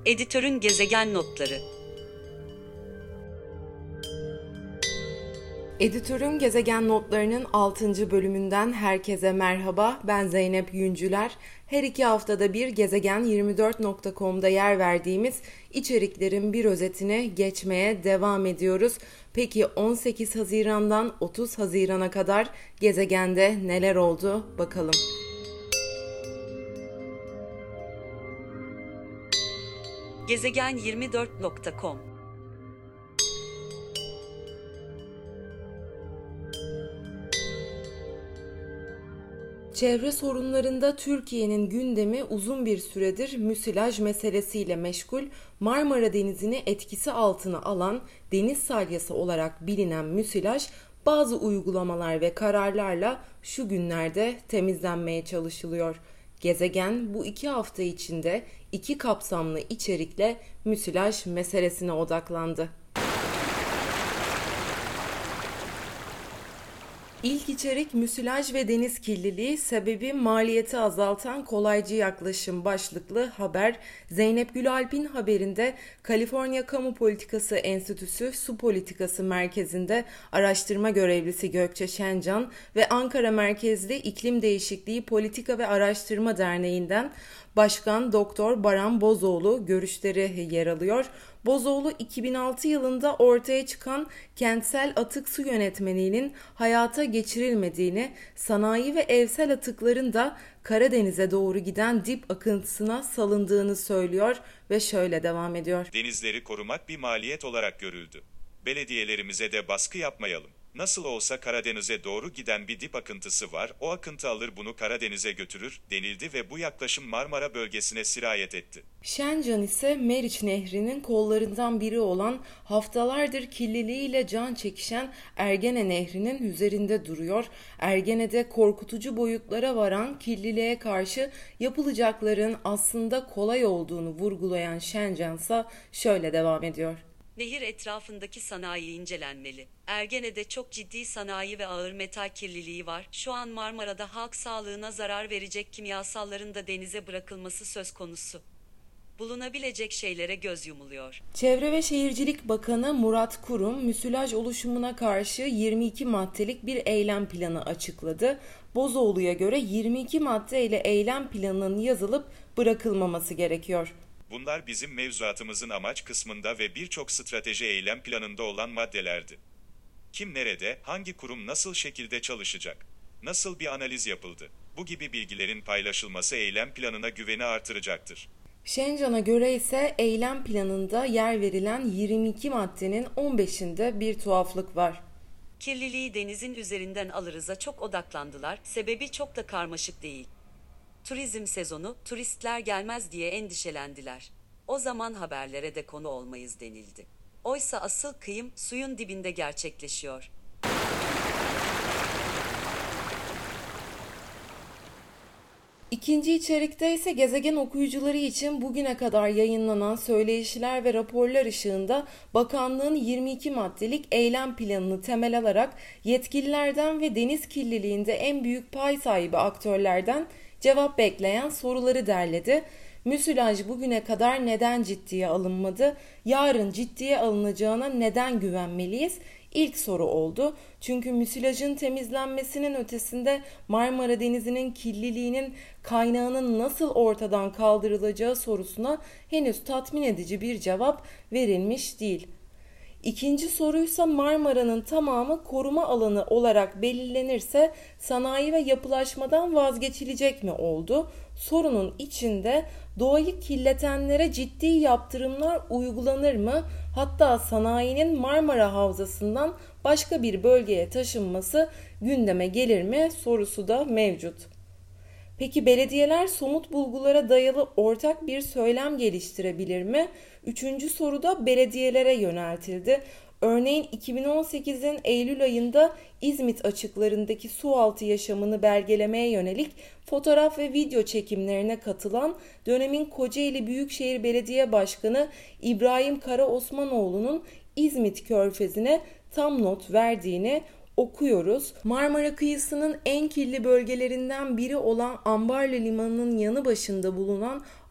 Editörün gezegen notları. Editörün gezegen notlarının 6. bölümünden herkese merhaba. Ben Zeynep Yüncüler. Her 2 haftada bir gezegen24.com'da yer verdiğimiz içeriklerin bir özetine geçmeye devam ediyoruz. Peki 18 Haziran'dan 30 Haziran'a kadar gezegende neler oldu bakalım. Gezegen24.com. Çevre sorunlarında Türkiye'nin gündemi uzun bir süredir müsilaj meselesiyle meşgul. Marmara Denizi'ni etkisi altına alan deniz salyası olarak bilinen müsilaj bazı uygulamalar ve kararlarla şu günlerde temizlenmeye çalışılıyor. Gezegen bu 2 hafta içinde 2 kapsamlı içerikle müsilaj meselesine odaklandı. İlk içerik müsilaj ve deniz kirliliği, sebebi maliyeti azaltan kolaycı yaklaşım başlıklı haber. Zeynep Gülalp'in haberinde Kaliforniya Kamu Politikası Enstitüsü Su Politikası Merkezi'nde araştırma görevlisi Gökçe Şencan ve Ankara merkezli İklim Değişikliği Politika ve Araştırma Derneği'nden Başkan Doktor Baran Bozoğlu görüşleri yer alıyor. Bozoğlu 2006 yılında ortaya çıkan kentsel atık su yönetmeliğinin hayata geçirilmediğini, sanayi ve evsel atıkların da Karadeniz'e doğru giden dip akıntısına salındığını söylüyor ve şöyle devam ediyor. Denizleri korumak bir maliyet olarak görüldü. Belediyelerimize de baskı yapmayalım. Nasıl olsa Karadeniz'e doğru giden bir dip akıntısı var, o akıntı alır bunu Karadeniz'e götürür denildi ve bu yaklaşım Marmara bölgesine sirayet etti. Şencan ise Meriç Nehri'nin kollarından biri olan, haftalardır kirliliğiyle can çekişen Ergene Nehri'nin üzerinde duruyor. Ergene'de korkutucu boyutlara varan kirliliğe karşı yapılacakların aslında kolay olduğunu vurgulayan Şencan ise şöyle devam ediyor. Nehir etrafındaki sanayi incelenmeli. Ergene'de çok ciddi sanayi ve ağır metal kirliliği var. Şu an Marmara'da halk sağlığına zarar verecek kimyasalların da denize bırakılması söz konusu. Bulunabilecek şeylere göz yumuluyor. Çevre ve Şehircilik Bakanı Murat Kurum, müsilaj oluşumuna karşı 22 maddelik bir eylem planı açıkladı. Bozoğlu'ya göre 22 madde ile eylem planının yazılıp bırakılmaması gerekiyor. Bunlar bizim mevzuatımızın amaç kısmında ve birçok strateji eylem planında olan maddelerdi. Kim nerede, hangi kurum nasıl şekilde çalışacak? Nasıl bir analiz yapıldı? Bu gibi bilgilerin paylaşılması eylem planına güveni artıracaktır. Şencan'a göre ise eylem planında yer verilen 22 maddenin 15'inde bir tuhaflık var. Kirliliği denizin üzerinden alırıza çok odaklandılar, sebebi çok da karmaşık değil. Turizm sezonu, turistler gelmez diye endişelendiler. O zaman haberlere de konu olmayız denildi. Oysa asıl kıyım suyun dibinde gerçekleşiyor. İkinci içerikte ise gezegen okuyucuları için bugüne kadar yayınlanan söyleyişiler ve raporlar ışığında bakanlığın 22 maddelik eylem planını temel alarak yetkililerden ve deniz kirliliğinde en büyük pay sahibi aktörlerden cevap bekleyen soruları derledi. Müsilaj bugüne kadar neden ciddiye alınmadı? Yarın ciddiye alınacağına neden güvenmeliyiz? İlk soru oldu. Çünkü müsilajın temizlenmesinin ötesinde Marmara Denizi'nin kirliliğinin kaynağının nasıl ortadan kaldırılacağı sorusuna henüz tatmin edici bir cevap verilmiş değil. İkinci soruysa Marmara'nın tamamı koruma alanı olarak belirlenirse sanayi ve yapılaşmadan vazgeçilecek mi oldu? Sorunun içinde doğayı kirletenlere ciddi yaptırımlar uygulanır mı? Hatta sanayinin Marmara Havzası'ndan başka bir bölgeye taşınması gündeme gelir mi sorusu da mevcut. Peki belediyeler somut bulgulara dayalı ortak bir söylem geliştirebilir mi? Üçüncü soru da belediyelere yöneltildi. Örneğin 2018'in Eylül ayında İzmit açıklarındaki sualtı yaşamını belgelemeye yönelik fotoğraf ve video çekimlerine katılan dönemin Kocaeli Büyükşehir Belediye Başkanı İbrahim Karaosmanoğlu'nun İzmit Körfezi'ne tam not verdiğini okuyoruz. Marmara kıyısının en kirli bölgelerinden biri olan Ambarlı Limanı'nın yanı başında bulunan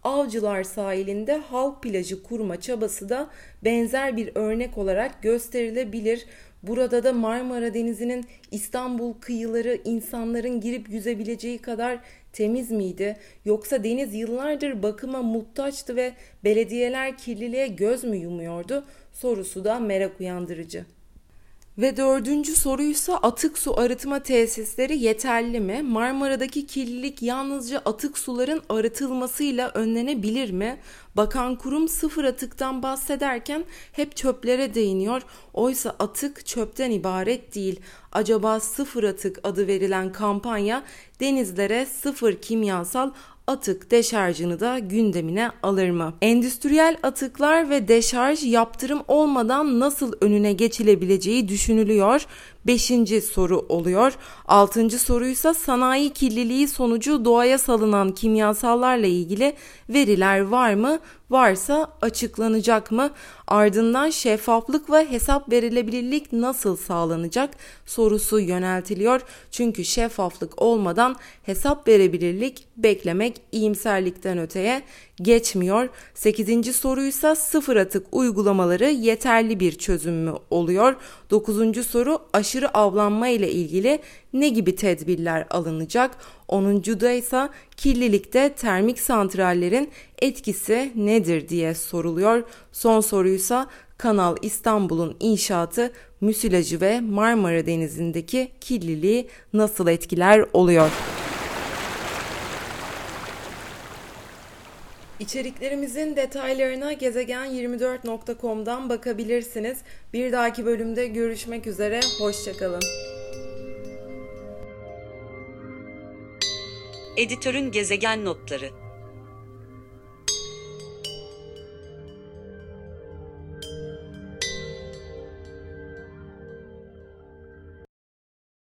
Avcılar sahilinde halk plajı kurma çabası da benzer bir örnek olarak gösterilebilir. Burada da Marmara Denizi'nin İstanbul kıyıları insanların girip yüzebileceği kadar temiz miydi? Yoksa deniz yıllardır bakıma muhtaçtı ve belediyeler kirliliğe göz mü yumuyordu? Sorusu da merak uyandırıcı. Ve dördüncü soruysa atık su arıtma tesisleri yeterli mi? Marmara'daki kirlilik yalnızca atık suların arıtılmasıyla önlenebilir mi? Bakan kurum sıfır atıktan bahsederken hep çöplere değiniyor. Oysa atık çöpten ibaret değil. Acaba sıfır atık adı verilen kampanya denizlere sıfır kimyasal atık deşarjını da gündemine alır mı? Endüstriyel atıklar ve deşarj yaptırım olmadan nasıl önüne geçilebileceği düşünülüyor. 5. soru oluyor. 6. soruysa sanayi kirliliği sonucu doğaya salınan kimyasallarla ilgili veriler var mı? Varsa açıklanacak mı? Ardından şeffaflık ve hesap verilebilirlik nasıl sağlanacak sorusu yöneltiliyor. Çünkü şeffaflık olmadan hesap verebilirlik beklemek iyimserlikten öteye geçmiyor. 8. soruysa sıfır atık uygulamaları yeterli bir çözüm mü oluyor? 9. soru aşırı avlanma ile ilgili ne gibi tedbirler alınacak? 10'da ise kirlilikte termik santrallerin etkisi nedir diye soruluyor. Son soruysa Kanal İstanbul'un inşaatı müsilajı ve Marmara Denizi'ndeki kirliliği nasıl etkiler oluyor? İçeriklerimizin detaylarına gezegen24.com'dan bakabilirsiniz. Bir dahaki bölümde görüşmek üzere, hoşçakalın. Editörün gezegen notları.